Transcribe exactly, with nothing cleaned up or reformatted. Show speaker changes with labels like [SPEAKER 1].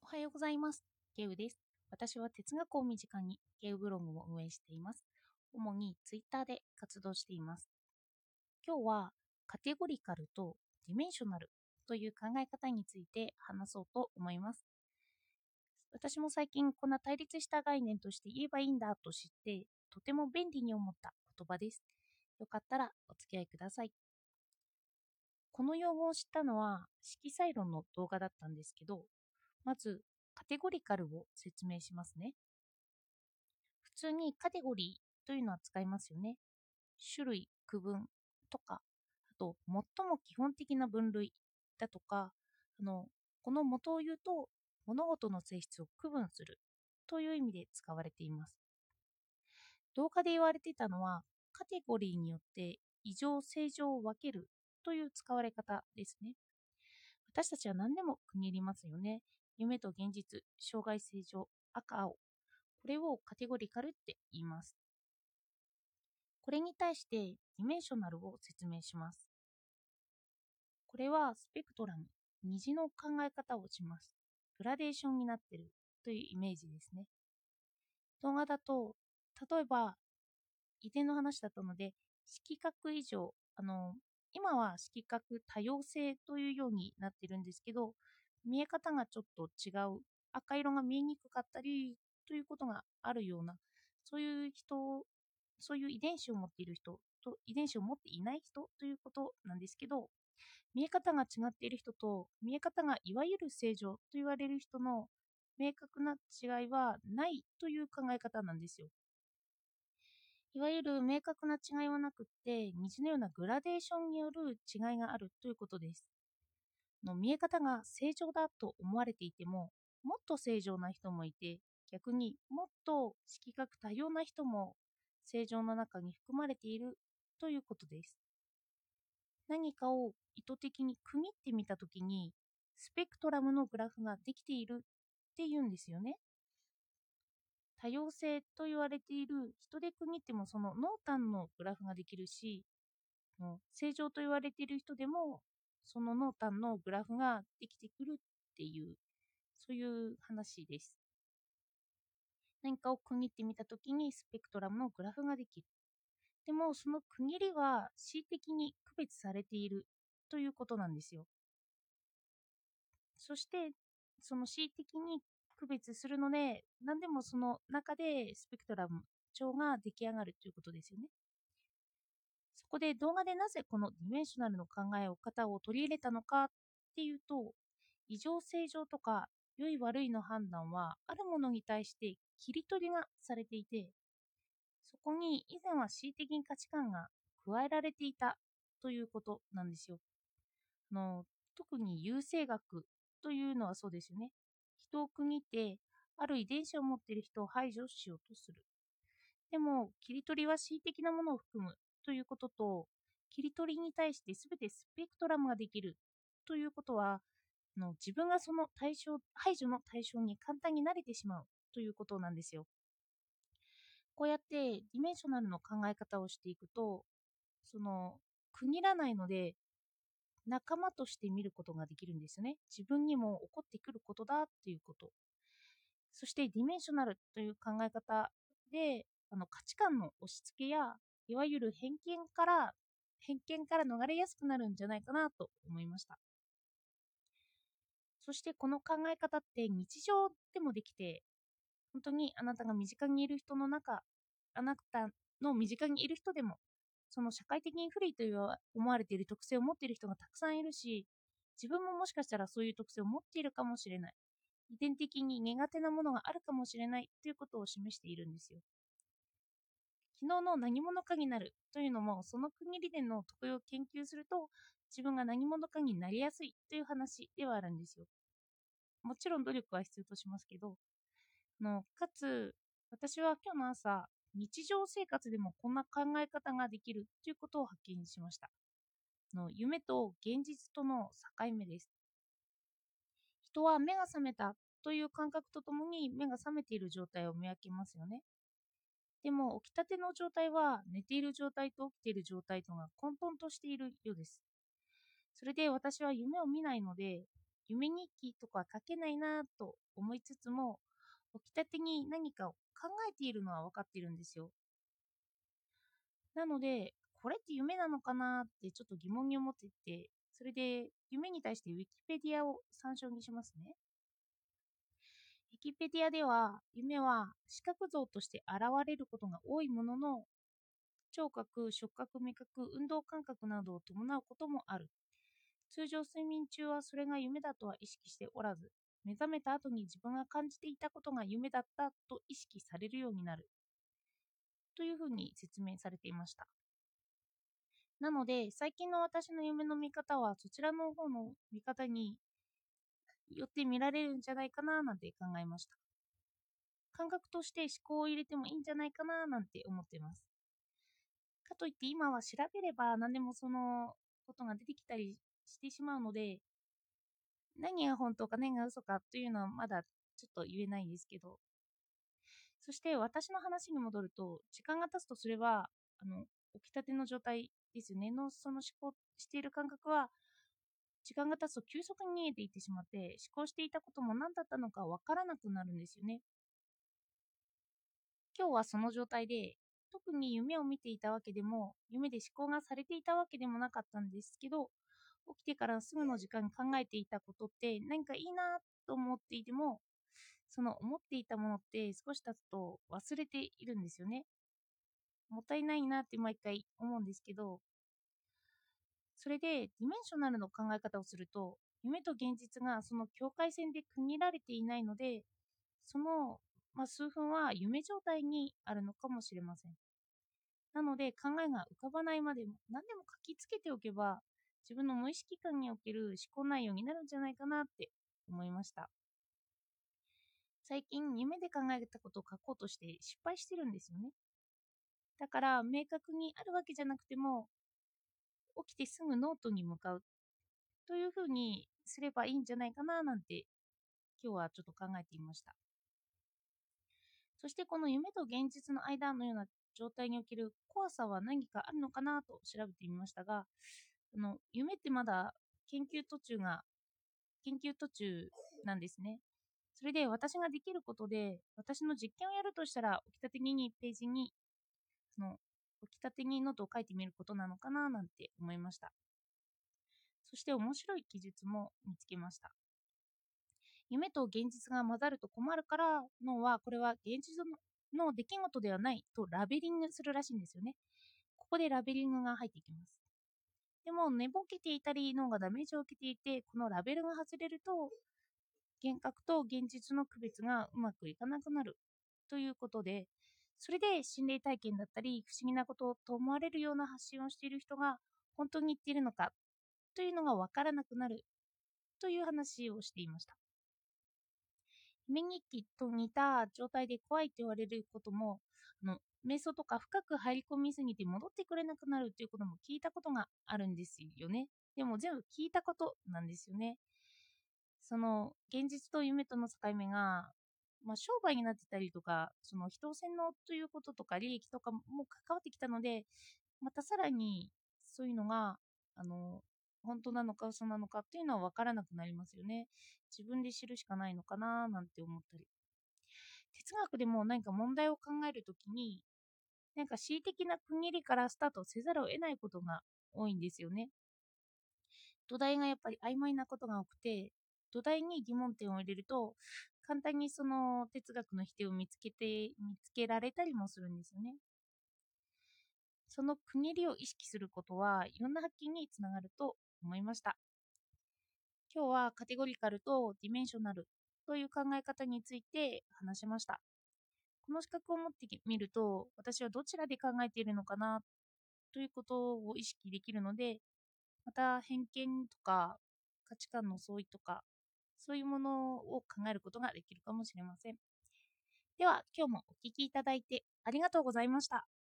[SPEAKER 1] おはようございます。ケウです。私は哲学を身近にケウブログを運営しています。主にツイッターで活動しています。今日はカテゴリカルとディメンショナルという考え方について話そうと思います。私も最近こんな対立した概念として言えばいいんだと知ってとても便利に思った言葉です。よかったらお付き合いください。この用語を知ったのは色彩論の動画だったんですけど、まずカテゴリカルを説明しますね。普通にカテゴリーというのは使いますよね。種類、区分とか、あと最も基本的な分類だとか、あのこの元を言うと物事の性質を区分するという意味で使われています。動画で言われていたのは、カテゴリーによって異常、正常を分けるという使われ方ですね。私たちは何でも区切りますよね。夢と現実、障害正常、赤青。これをカテゴリカルって言います。これに対してディメンショナルを説明します。これはスペクトラム、虹の考え方をします。グラデーションになっているというイメージですね。動画だと、例えば遺伝の話だったので、色覚異常、あの、今は色覚多様性というようになってるんですけど、見え方がちょっと違う、赤色が見えにくかったりということがあるような、そういう人、そういう遺伝子を持っている人と遺伝子を持っていない人ということなんですけど、見え方が違っている人と見え方がいわゆる正常と言われる人の明確な違いはないという考え方なんですよ。いわゆる明確な違いはなくって、虹のようなグラデーションによる違いがあるということです。の見え方が正常だと思われていても、もっと正常な人もいて、逆にもっと色覚多様な人も正常の中に含まれているということです。何かを意図的に区切ってみたときに、スペクトラムのグラフができているっていうんですよね。多様性と言われている人で区切ってもその濃淡のグラフができるし、正常と言われている人でもその濃淡のグラフができてくるっていうそういう話です。何かを区切ってみたときにスペクトラムのグラフができる。でもその区切りは恣意的に区別されているということなんですよ。そしてその恣意的に区別するので何でもその中でスペクトラム調が出来上がるということですよね。そこで動画でなぜこのディメンショナルの考え方を取り入れたのかっていうと、異常正常とか良い悪いの判断はあるものに対して切り取りがされていて、そこに以前は恣意的に価値観が加えられていたということなんですよ。あの特に優生学というのはそうですよね。人を区切ってある遺伝子を持っている人を排除しようとする。でも切り取りは恣意的なものを含むということと、切り取りに対して全てスペクトラムができるということは、あの自分がその対象排除の対象に簡単に慣れてしまうということなんですよ。こうやってディメンショナルの考え方をしていくと、その区切らないので仲間として見ることができるんですよね。自分にも起こってくることだっていうこと。そしてディメンショナルという考え方で、あの価値観の押し付けやいわゆる偏見から偏見から逃れやすくなるんじゃないかなと思いました。そしてこの考え方って日常でもできて、本当にあなたが身近にいる人の中、あなたの身近にいる人でも、その社会的に不利という思われている特性を持っている人がたくさんいるし、自分ももしかしたらそういう特性を持っているかもしれない。遺伝的に苦手なものがあるかもしれないということを示しているんですよ。昨日の何者かになるというのも、その区切りでの得意を研究すると、自分が何者かになりやすいという話ではあるんですよ。もちろん努力は必要としますけど、のかつ、私は今日の朝、日常生活でもこんな考え方ができるということを発見しました。の夢と現実との境目です。人は目が覚めたという感覚とともに目が覚めている状態を見分けますよね。でも起きたての状態は寝ている状態と起きている状態とが混沌としているようです。それで私は夢を見ないので、 夢日記とか書けないなと思いつつも、起きたてに何かを考えているのは分かっているんですよ。なので、これって夢なのかなってちょっと疑問に思っていて、それで夢に対してウィキペディアを参照にしますね。ウィキペディアでは、夢は視覚像として現れることが多いものの、聴覚、触覚、味覚、運動感覚などを伴うこともある。通常睡眠中はそれが夢だとは意識しておらず、目覚めた後に自分が感じていたことが夢だったと意識されるようになる。というふうに説明されていました。なので、最近の私の夢の見方は、そちらの方の見方によって見られるんじゃないかななんて考えました。感覚として思考を入れてもいいんじゃないかななんて思っています。かといって今は調べれば何でもそのことが出てきたりしてしまうので、何が本当か何が嘘かというのはまだちょっと言えないんですけど、そして私の話に戻ると、時間が経つとすれば、あの起きたての状態ですよねのその思考している感覚は、時間が経つと急速に逃げていってしまって、思考していたことも何だったのかわからなくなるんですよね。今日はその状態で、特に夢を見ていたわけでも、夢で思考がされていたわけでもなかったんですけど、起きてからすぐの時間に考えていたことって何かいいなと思っていても、その思っていたものって少し経つと忘れているんですよね。もったいないなって毎回思うんですけど、それでディメンショナルの考え方をすると、夢と現実がその境界線で区切られていないので、その、まあ、数分は夢状態にあるのかもしれません。なので考えが浮かばないまでも何でも書きつけておけば、自分の無意識感における思考内容になるんじゃないかなって思いました。最近夢で考えたことを書こうとして失敗してるんですよね。だから明確にあるわけじゃなくても、起きてすぐノートに向かうというふうにすればいいんじゃないかななんて今日はちょっと考えていました。そしてこの夢と現実の間のような状態における怖さは何かあるのかなと調べてみましたが、あの夢ってまだ研究途中が研究途中なんですね。それで私ができることで、私の実験をやるとしたら、起きたてにページにその起きたてにノートを書いてみることなのかななんて思いました。そして面白い記述も見つけました。夢と現実が混ざると困るから脳は、これは現実の出来事ではないとラベリングするらしいんですよね。ここでラベリングが入ってきます。でも寝ぼけていたり脳がダメージを受けていて、このラベルが外れると幻覚と現実の区別がうまくいかなくなるということで、それで心霊体験だったり不思議なことと思われるような発信をしている人が本当に言っているのかというのがわからなくなるという話をしていました。夢日記と似た状態で怖いと言われることも、あの瞑想とか深く入り込みすぎて戻ってくれなくなるということも聞いたことがあるんですよね。でも全部聞いたことなんですよね。その現実と夢との境目が、まあ、商売になってたりとか、その人を洗脳ということとか利益とかも関わってきたので、またさらにそういうのがあの本当なのか嘘なのかっていうのは分からなくなりますよね。自分で知るしかないのかななんて思ったり。哲学でも何か問題を考えるときに、なんか恣意的な区切りからスタートせざるを得ないことが多いんですよね。土台がやっぱり曖昧なことが多くて、土台に疑問点を入れると、簡単にその哲学の否定を見つけて、見つけられたりもするんですよね。その区切りを意識することはいろんな発見につながると思いました。今日はカテゴリカルとディメンショナルという考え方について話しました。この資格を持ってみると、私はどちらで考えているのかなということを意識できるので、また偏見とか価値観の相違とか、そういうものを考えることができるかもしれません。では、今日もお聞きいただいてありがとうございました。